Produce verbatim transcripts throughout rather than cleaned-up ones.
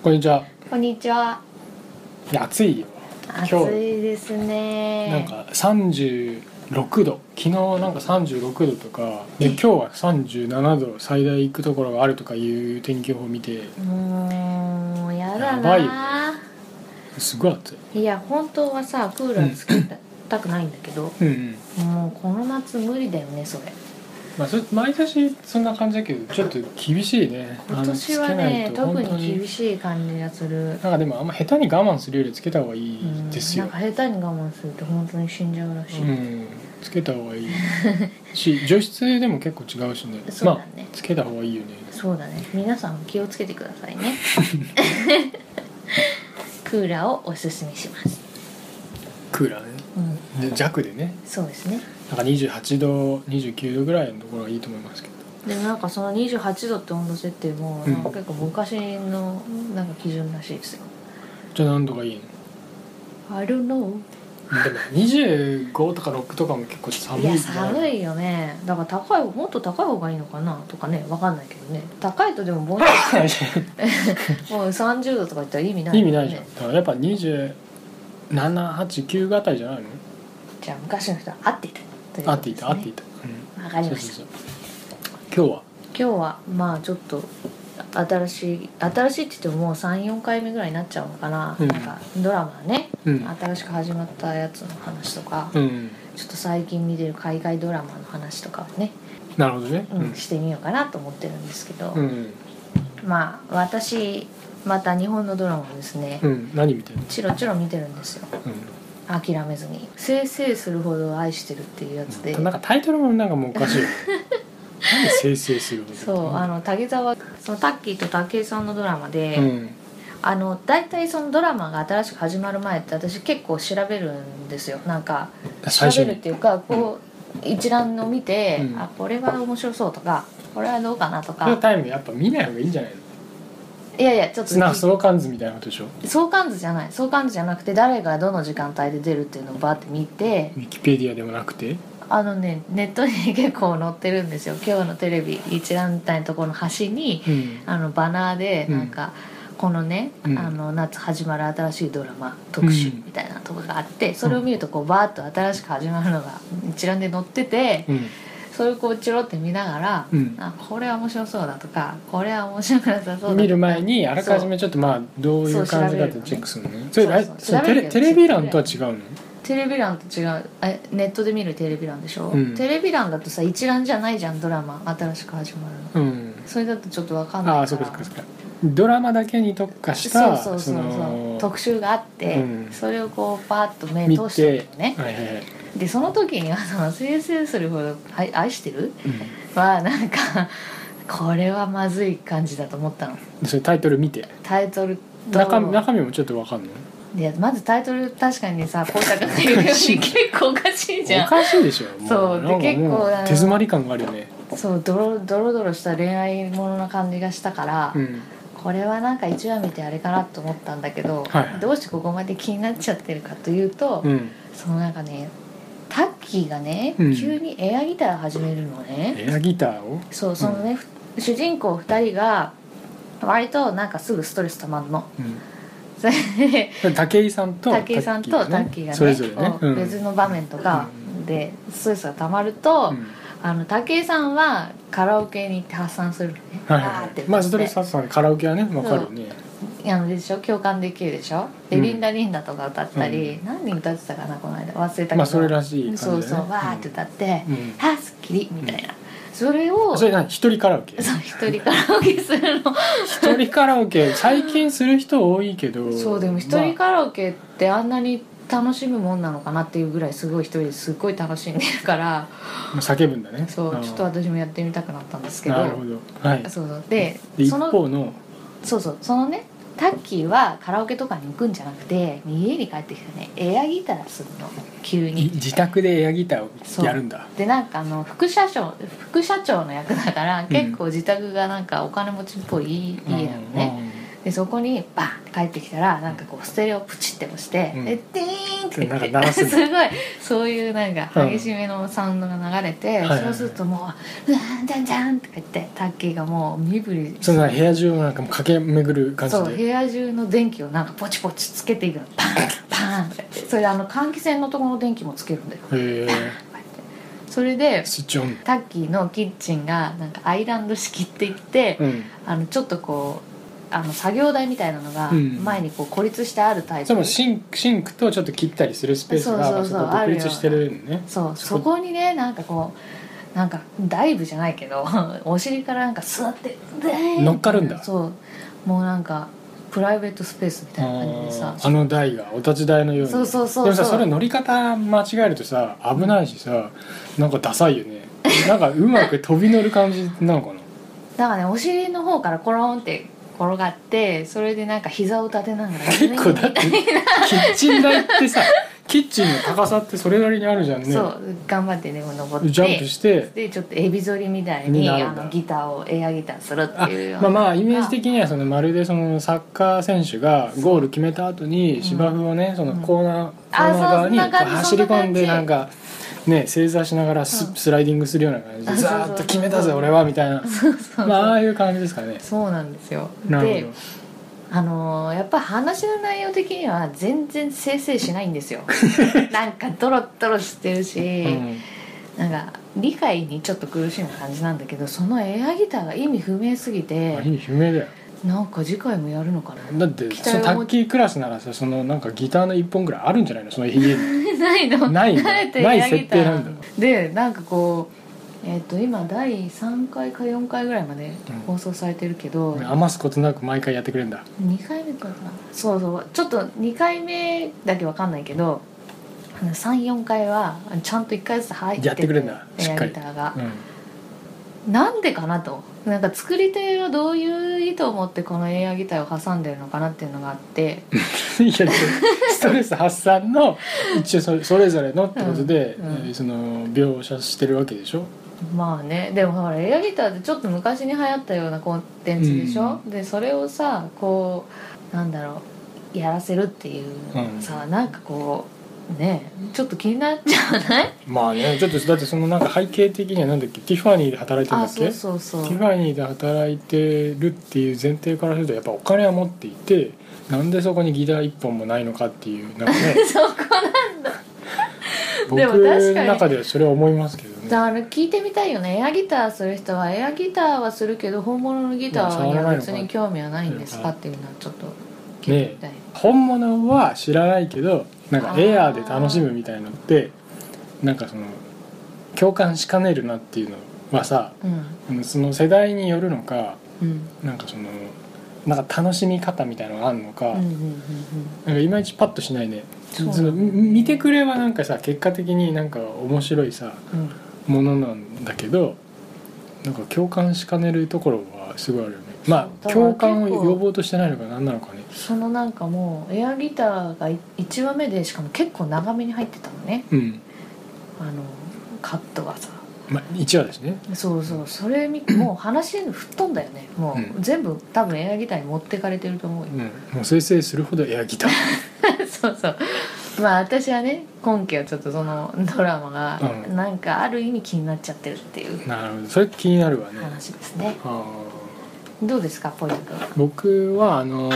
こんにちは。 こんにちは。 いや暑いよ。 暑いですね。 なんかさんじゅうろくど、昨日なんかさんじゅうろくどとかで、今日はさんじゅうななど最大行くところがあるとかいう天気予報を見て、 もうやだな。 やばいよね。すごい暑い。 いや本当はさクーラーつけたくないんだけど、 うんうん。 もうこの夏無理だよねそれ。 まあそれ毎年そんな感じだけど、ちょっと厳しいね。 今年はね特に厳しい感じがする。 なんかでもあんま下手に我慢するよりつけた方がいいですよ。 うん、なんか下手に我慢すると本当に死んじゃうらしい。 うん、つけた方がいいし、除湿でも結構違うしね。 そうだね、 まあ、つけた方がいいよね。 そうだね。皆さん気をつけてくださいね。クーラーをおすすめします。 クーラーね、うん、で弱でね。 そうですね。 なんかにじゅうはちどにじゅうきゅうどぐらいのところがいいと思いますけど。 でもなんかそのにじゅうはちどって温度設定もなんか結構昔のなんか基準らしいですよ。 じゃあ何度がいいの？ I don't know。 でもにじゅうごとかろくとかも結構寒い。 いや寒いよね。だから高いもっと高い方がいいのかなとかね、わかんないけどね。高いとでももうもうさんじゅうどとか言ったら意味ない、ね、 意味ないじゃん。だからやっぱにじゅうなな、はち、きゅうあたりじゃないの？ じゃあ昔の人は合っていた、 合っていた合っていた。 うん、わかりました。 そうそうそう。今日は今日はまあちょっと新しい新しいって言ってももう さん,よん 回目ぐらいになっちゃうのかな、うん、なんかドラマね、うん、新しく始まったやつの話とか、うん、ちょっと最近見てる海外ドラマの話とかをね、 なるほどね、 うん、してみようかなと思ってるんですけど、 うん、 まあ私また日本のドラマをですね、 うん、何見てるの？ チロチロ見てるんですよ、うん、諦めずにせいせいするほど愛してるっていうやつで、 なんかタイトルもなんかもうおかしいよね。なんでせいせいするほど？ そうあの竹澤そのタッキーと武井さんのドラマで、うん、あのだいたいそのドラマが新しく始まる前って私結構調べるんですよ。なんか調べるっていうかこう、うん、一覧を見て、うん、あこれは面白そうとかこれはどうかなとか。 そのタイムやっぱ見ない方がいいんじゃないの？ いやいやちょっとなんか相関図みたいなことでしょ？相関図じゃない相関図じゃなくて誰がどの時間帯で出るっていうのをバーって見て。 ウィキペディアでもなくてあのね、ネットに結構載ってるんですよ。今日のテレビ一覧みたいなところの端に、うん、あのバナーでなんか、うん、このね、うん、あの夏始まる新しいドラマ特集みたいなところがあって、うん、それを見るとこうバーッと新しく始まるのが一覧で載ってて、うん、それをこうチロって見ながら、うん、あこれは面白そうだとかこれは面白くなさそうだとか見る前にあらかじめちょっとまあどういう感じかってチェックするのね。それそれテレ、テレビ欄とは違うの？テレビ欄と違うえネットで見るテレビ欄でしょ、うん、テレビ欄だとさ一覧じゃないじゃんドラマ新しく始まるの、うん、それだとちょっと分かんないから。あそうかそうかそうか。ドラマだけに特化したそうそうそうそう特集があって、うん、それをこうパーッと目通してるのね、はいはいはい、でその時にはその生成するほど愛愛してる、うん、はなんかこれはまずい感じだと思ったの。 それタイトル見てタイトルと中, 中身もちょっと分かんの？ いやまずタイトル確かにさこうたかっていうより結構おかしいじゃん。 おかしいでしょ。もうそうで結構手詰まり感があるよね。 そうドロドロドロした恋愛ものな感じがしたから、うん、これはなんかいちわ見てあれかなと思ったんだけど、はい、どうしてここまで気になっちゃってるかというと、うん、そのなんかねタッキーがね、うん、急にエアギター始めるのね。 エアギターをそうそのね、うん、主人公ふたりが割となんかすぐストレス溜まるの、うんそれで武井さんと武井さんとタッキーがねそれぞれね、 うん、別の場面とかでストレスがたまると、うん、あの武井さんはカラオケに行って発散するのね、 はいはいはい、まあストレス発散でカラオケはね分かるよね。 あのでしょ共感できるでしょで、うん、リンダリンダとか歌ったり、うん、何人歌ってたかなこの間忘れたけど、まあそれらしい感じで、ね、そうそうわーって歌って、うん、はっすっきりみたいな、それをそれ何一人カラオケ？ そう一人カラオケするの一人カラオケ最近する人多いけどそうでも一人カラオケってあんなに楽しむもんなのかなっていうぐらいすごい一人ですごい楽しんでるから叫ぶんだね。 そうちょっと私もやってみたくなったんですけど。 なるほど、はい、 そうそうでで一方のそうそうそのねタッキーはカラオケとかに行くんじゃなくて家に帰ってきてねエアギターするの急に自宅でエアギターをやるんだ。 でなんかあの副社長副社長の役だから、うん、結構自宅がなんかお金持ちっぽい家なのね、うん、 でそこにバンって帰ってきたらなんかこうステレオプチって押して、うん、でディーンって言ってなんかすすごいそういうなんか激しめのサウンドが流れて、うん、そうするともううわーんじゃんじゃんって言ってタッキーがもう身振りそんな部屋中をなんかもう駆け巡る感じでそう部屋中の電気をなんかポチポチつけていくのパンパンってそれであの換気扇のところの電気もつけるんだよへえそれでスイッチオンタッキーのキッチンがなんかアイランド式って言って、うん、あのちょっとこうあの作業台みたいなのが前にこう孤立してあるタイプ、うん、 そのシンク、シンクとちょっと切ったりするスペースがそうそうそう独立してるねそうそこにねなんかこうなんかダイブじゃないけどお尻からなんか座って乗っかるんだそうもうなんかプライベートスペースみたいな感じでさあ, あの台がお立ち台のようにそうそうそうそうでもさそれ乗り方間違えるとさ危ないしさ、うん、なんかダサいよねなんかうまく飛び乗る感じなのかなだからねお尻の方からコロンって転がってそれでなんか膝を立てながら結構だってキッチン台ってさキッチンの高さってそれなりにあるじゃんねそう頑張ってでも登ってジャンプしてでちょっとエビ反りみたいにあのギターをエアギターするっていうようなまあまあイメージ的にはそのまるでそのサッカー選手がゴール決めた後に芝生をね、うん、そのコーナー、うん、コーナー側にこう走り込んでなんかね正座しながら ス,、うん、スライディングするような感じでザーッと決めたぜ俺はみたいなまあああいう感じですかねそうなんですよなるほどであのー、やっぱ話の内容的には全然せいせいしないんですよなんかドロッドロしてるし、うん、なんか理解にちょっと苦しむ感じなんだけどそのエアギターが意味不明すぎて意味不明だよなんか次回もやるのかなだってそのタッキークラスならさそのなんかギターのいっぽんぐらいあるんじゃないのその家にないのないんだない設定なんだでなんかこうえー、と今だいさんかいかよんかいぐらいまで放送されてるけど、 うん、余すことなく毎回やってくれるんだにかいめかなそうそうちょっとにかいめだけ分かんないけど さん,よん 回はちゃんといっかいずつ入っててやってくれるんだしっかりエアギターが、うん、なんでかなとなんか作り手はどういう意図を持ってこのエアギターを挟んでるのかなっていうのがあっていやストレス発散の一応それぞれのってことで、うんうん、その描写してるわけでしょまあねでもほらエアギターってちょっと昔に流行ったようなコンテンツでしょ、うん、でそれをさこうなんだろうやらせるっていうさ、うん、なんかこうねちょっと気になっちゃわないまあねちょっとだってそのなんか背景的にはなんだっけティファニーで働いてるんだっけあそうそうそうティファニーで働いてるっていう前提からするとやっぱお金は持っていてなんでそこにギターいっぽんもないのかっていうなんかねそこなんだ僕の中ではそれは思いますけどねだから聞いてみたいよねエアギターする人はエアギターはするけど本物のギターには別に興味はないんですかっていうのはちょっと聞いてみたい、ね、 本物は知らないけどなんかエアーで楽しむみたいのってなんかその共感しかねるなっていうのはさ、うん、その世代によるのか、うん、なんかそのなんか楽しみ方みたいなのがあるのか、うんうんうんうん、なんかいまいちパッとしないねその見てくれはなんかさ結果的になんか面白いさ、うん、ものなんだけどなんか共感しかねるところはすごいあるよねまあ共感を要望としてないのか何なのかねそのなんかもうエアギターがいちわめでしかも結構長めに入ってたのね、うん、あのカットがさまあ、いちわですねそうそうそれ見もう話吹っ飛んだよねもう、うん、全部多分エアギターに持ってかれてると思うよ、うん、 もう先生するほどエアギターそうそうまあ私はね今期はちょっとそのドラマがなんかある意味気になっちゃってるっていう、 うん、なるほどそれ気になるわね話ですねどうですかポイント僕はあの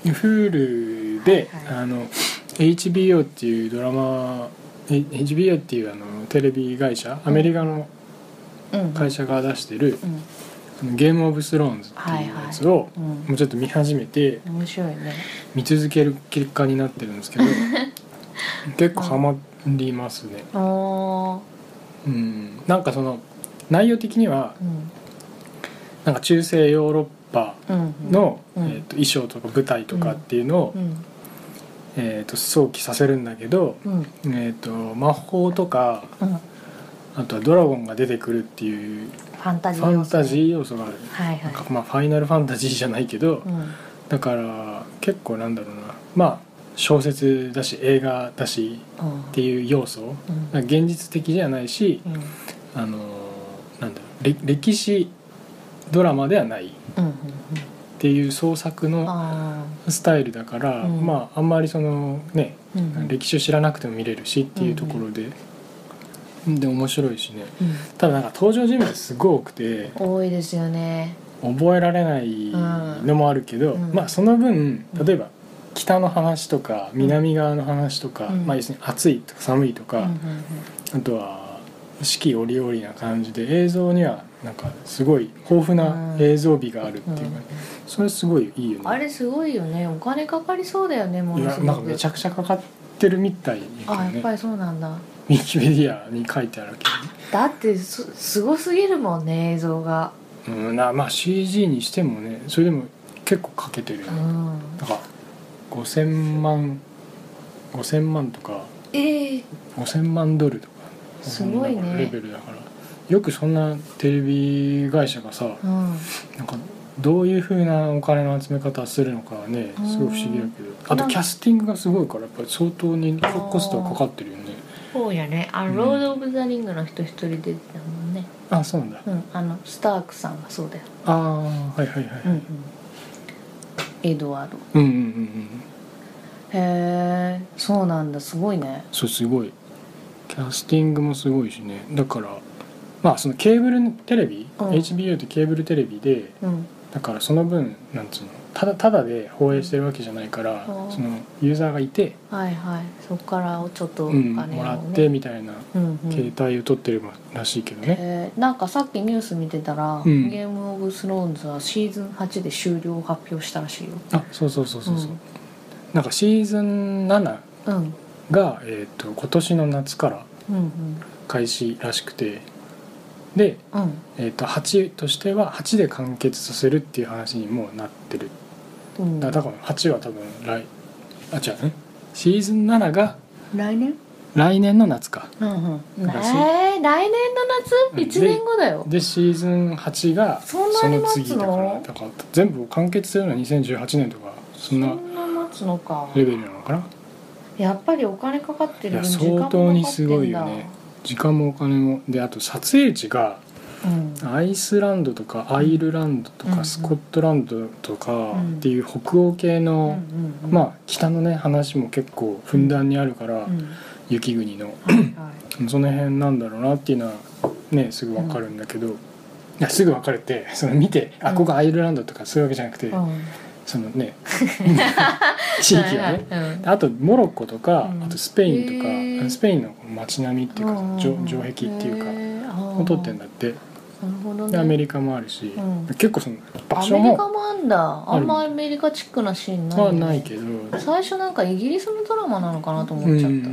Hulu で、はいはい、あの エイチビーオー っていうドラマ エイチビーオー っていうあのテレビ会社アメリカの会社が出してる、うんうん、ゲームオブスローンズっていうやつをもうちょっと見始めて面白いね見続ける結果になってるんですけど結構ハマりますね、うん、なんかその内容的には、うん、なんか中世ヨーロッパの、うんうんえー、と衣装とか舞台とかっていうのを、うんうんえー、と想起させるんだけど、うんえー、と魔法とか、うんあとはドラゴンが出てくるっていうファンタジー要素、ね、ファンタジー要素がある、 はいはい、 なんかまあファイナルファンタジーじゃないけど、うん、だから結構なんだろうなまあ小説だし映画だしっていう要素、うん、現実的じゃないし、うん、あのなんだろう歴史ドラマではないっっていう創作のスタイルだから、うん、まああんまりそのね、うん、歴史を知らなくても見れるしっていうところで、うん、で面白いしね、うん、ただなんか登場人物すごい多くて多いですよね。 覚えられないのもあるけど、うん、まあその分例えば北の話とか南側の話とか、うん、まあ要するに暑いとか寒いとか、うんうんうん、あとは四季折々な感じで映像にはなんかすごい豊富な映像美があるっていうか、ね、うん、それすごいいいよね。 あれすごいよね。お金かかりそうだよね。もうなんかめちゃくちゃかかってるみたい、ね、 あ、やっぱりそうなんだ。 ウィキペディアに書いてあるけど、ね、 だって す, すごすぎるもんね映像が。 うん、なまあ シージー にしてもねそれでも結構かけてるよね、うん、だからごせんまんごせんまんとか、 えー、 ごせんまんドルとかすごいねレベルだからよくそんなテレビ会社がさ、うん、なんかどういう風なお金の集め方するのかはねすごい不思議だけど、あとキャスティングがすごいからやっぱり相当にコストがかかってるよね。 そうやね。あの、うん、ロード・オブ・ザ・リングの人一人出てたもんね。 あ、そうなんだ、 うん、あのスタークさんがそうだよ。 ああ、はいはいはい、うんうん、 エドワード、 うんうんうんうん、 へえ、そうなんだ、すごいね。 そう、すごいキャスティングもすごいしね。だからまあそのケーブルテレビ、うん、エイチビーオー ってケーブルテレビで、うん、だからその分なんつうのただただで放映してるわけじゃないから、うん、そのユーザーがいて、 はいはい、そこからちょっとお金を、ね、 うん、もらってみたいな携帯を取ってるらしいけどね、 えー、なんかさっきニュース見てたら、うん、ゲームオブスローンズはシーズンはちで終了を発表したらしいよ。 あ、そうそうそうそうそう、うん、なんかシーズンななが、うん、えー、と今年の夏から開始らしくて、で、うん、えー、とはちとしてははちで完結させるっていう話にもなってる、うん、だからはちは多分来あ違うねシーズンななが来年来年の夏か、うんうん、 えー、来年の夏いちねんごだよ。 で, でシーズンはちがその次だからだから全部完結するのはにせんじゅうはちねんとかそんなレベルなのかな。 やっぱりお金かかってる分時間もかかってんだ。相当にすごいよね。時間もお金もで、あと撮影地が、うん、アイスランドとかアイルランドとか、うん、スコットランドとかっていう北欧系の、うん、まあ北のね話も結構ふんだんにあるから、うん、雪国の、はいはい、その辺なんだろうなっていうのはねすぐ分かるんだけど、いやすぐ分かるってその見て、あここアイルランドとかそういうわけじゃなくて、そのね地域はね、うん、あとモロッコとか、うん、あとスペインとか、えー、スペインの街並みっていうか、うん、城壁っていうか、えー、を撮ってんだって。なるほどね。でアメリカもあるし、うん、結構その場所もアメリカもあんだ。あんまアメリカチックなシーンない、ね、 はないけど、 最初なんかイギリスのドラマなのかなと思っちゃった。うん、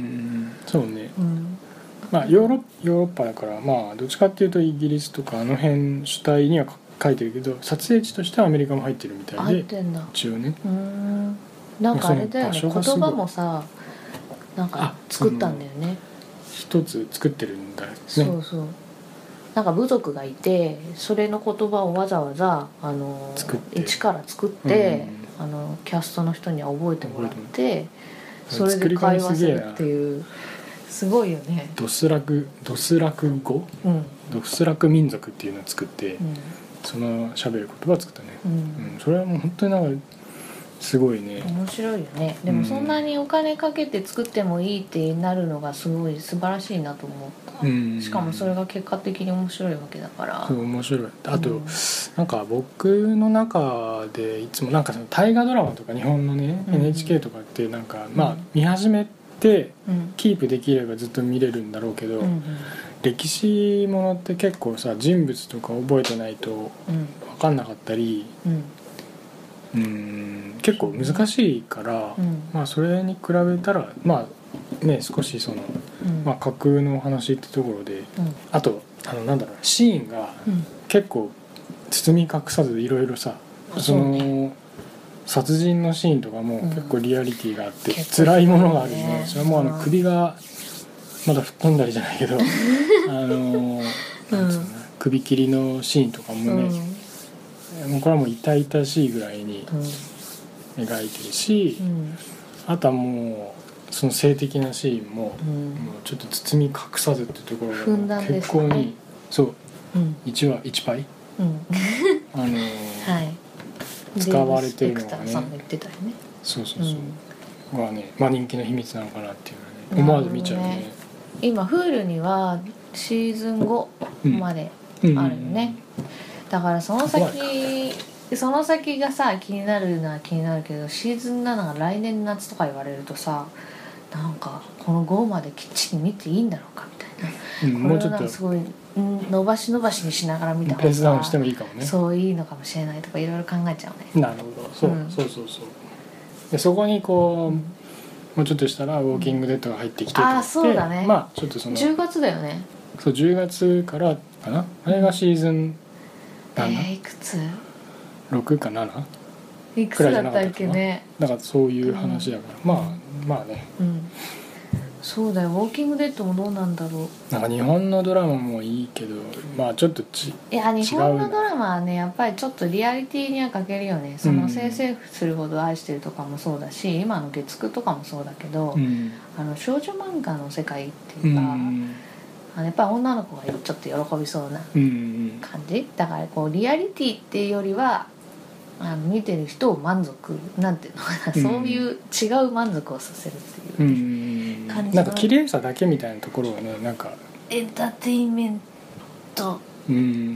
そうね、うん、まあヨーロ、ヨーロッパだからまあどっちかっていうとイギリスとかあの辺主体には書いてるけど、撮影地としてはアメリカも入ってるみたいで、 入ってんだ一応ね。 うーん、なんかあれだよね、言葉もさなんか作ったんだよね。 一つ作ってるんだよね。 そうそう、なんか部族がいてそれの言葉をわざわざあの一から作って、うん、あのキャストの人には覚えてもらって、それで会話するっていう、すごいよね。 ドスラクドスラク語、うん、ドスラク民族っていうのを作って、うん、その喋る言葉を作ったね、うんうん、それはもう本当になんかすごいね。 面白いよね。でもそんなにお金かけて作ってもいいってなるのがすごい素晴らしいなと思った、うん、しかもそれが結果的に面白いわけだから。 そう面白い。あと、うん、なんか僕の中でいつもなんかその大河ドラマとか日本のね、うん、エヌエイチケー とかってなんか、うん、まあ見始めてキープできればずっと見れるんだろうけど、うんうん、歴史ものって結構さ人物とか覚えてないと分かんなかったり、うんうん、結構難しいから、うん、まあそれに比べたらまあね少しその、うんまあ、架空のお話ってところで、うん、あとあのなんだろうシーンが結構包み隠さずいろいろさ、うん、その、ね、殺人のシーンとかも結構リアリティがあって、うん、辛いものがあるね。それもあの首がまだ吹っ飛んだりじゃないけどあのなんつうの、首切りのシーンとかもね、うんもうこれはもう痛々しいぐらいに描いてるし、うん、あとはもうその性的なシーンも、うん、もうちょっと包み隠さずっていうところが結構に、ね、そう、うん、いちわいちパイ、うん、あのー、 はい使われてるのがね、 デーブ・スペクターさんが言ってたよね。 そうそうそう、がね、まあ人気の秘密なのかなっていうのはね、思わず見ちゃうね。 今 Hulu にはシーズンごまであるよね、うんうん、だからその先その先がさ気になるのは気になるけど、シーズンななが来年夏とか言われるとさ、なんかこのごまできっちり見ていいんだろうかみたいな、うん、これをなんかすごい伸ばし伸ばしにしながら見た方がペースダウンしてもいいかもね、 そういいのかもしれないとかいろいろ考えちゃうね。 なるほど、そう、うん、そうそうそう。でそこにこう、うん、もうちょっとしたらウォーキングデッドが入ってきて、うん、 ああそうだね、 まあちょっとそのじゅうがつだよね。 そうじゅうがつからかな、あれがシーズン何だ、えー、いくつろくかなな、 いくつだったっけね。 だからそういう話だから、うん、まあまあね、 うん、そうだよ。ウォーキングデッドもどうなんだろう。なんか日本のドラマもいいけど、まあちょっとちいや日本のドラマはねやっぱりちょっとリアリティには欠けるよね。そのせいせいするほど愛してるとかもそうだし、今の月9とかもそうだけど、うん、あの少女漫画の世界っていうか、うん、あのやっぱり女の子がちょっと喜びそうな感じ、うん、だからこうリアリティっていうよりはあの見てる人を満足なんていうのかな、うん、そういう違う満足をさせるっていう感じ、 うん、なんか綺麗さだけみたいなところをね、なんかエンターテインメントうん、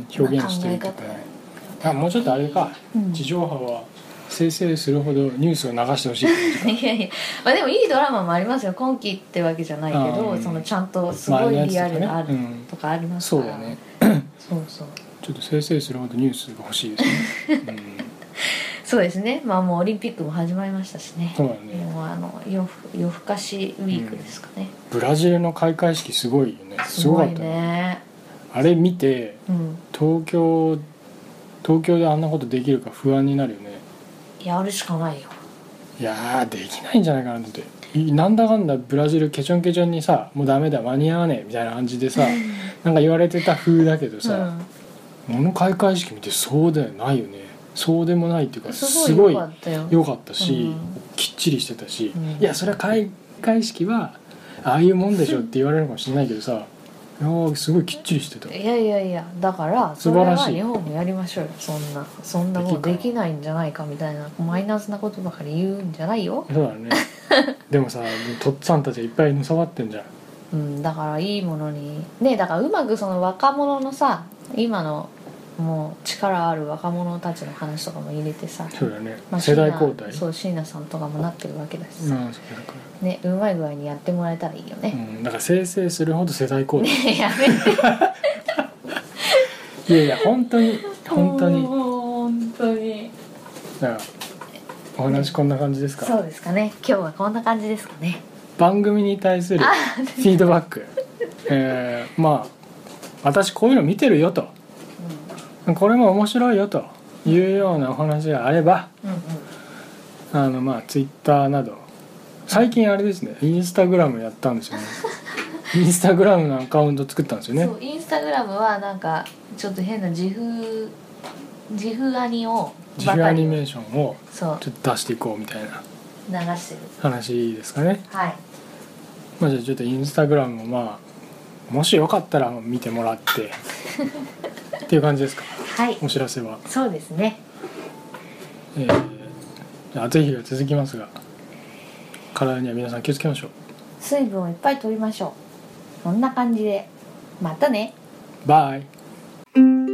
表現してるとか、ね、あもうちょっとあれか、うん、地上波は生成するほどニュースを流してほしいいやいや、まあ、でもいいドラマもありますよ。今期ってわけじゃないけど、うん、そのちゃんとすごいリアルがあるとかありますから、 うん、そうだねそうそう、 ちょっと生成するほどニュースが欲しいですね、うん、 そうですね。まあもうオリンピックも始まりましたしね。 そうだね、 もうあの夜夜更かしウィークですかね、 うん、ブラジルの開会式すごいよね。すごかったね。あれ見て、うん、東京東京であんなことできるか不安になるよね。 やるしかないよ。 いやできないんじゃないかなって。なんだかんだブラジルケチョンケチョンにさ、もうダメだ間に合わねえみたいな感じでさなんか言われてた風だけどさ、うん、この開会式見てそうでないよね。そうでもないっていうかすごい良かったし、うん、きっちりしてたし、うん、いやそれは開会式はああいうもんでしょって言われるかもしれないけどさいやすごいきっちりしてた。 いやいやいや、だからそれは日本もやりましょうよ。そんなそんなもうできないんじゃないかみたいなマイナスなことばかり言うんじゃないよ。 そうだねでもさとっつぁんたちいっぱいのさばってんじゃん、 うん、だからいいものにね、だからうまくその若者のさ今のもう力ある若者たちの話とかも入れてさ、 そうだね、まあ、世代交代、 そう椎名さんとかもなってるわけだしさ、 うん、そうだからね、うまい具合にやってもらえたらいいよね、 うん、だから生成するほど世代交代、 ね、やめていやいや本当に本当に本当にだからお話こんな感じですか、 ね、そうですかね。今日はこんな感じですかね。 番組に対するフィードバックえー、まあ私こういうの見てるよと、うん、これも面白いよというようなお話があれば、うんうん、あのまあツイッターなど最近あれですね、インスタグラムやったんですよねインスタグラムのアカウント作ったんですよね。 そうインスタグラムはなんかちょっと変な自負自負アニを自負アニメーションをちょっと出していこうみたいな流してる話ですかね。 はい。 まあじゃあちょっとインスタグラムもまあもしよかったら見てもらってっていう感じですか。 はい。 お知らせは。 そうですね。 えー、じゃあ暑い日が続きますが、体には皆さん気をつけましょう。 水分をいっぱい取りましょう。こんな感じでまたね。 バイ。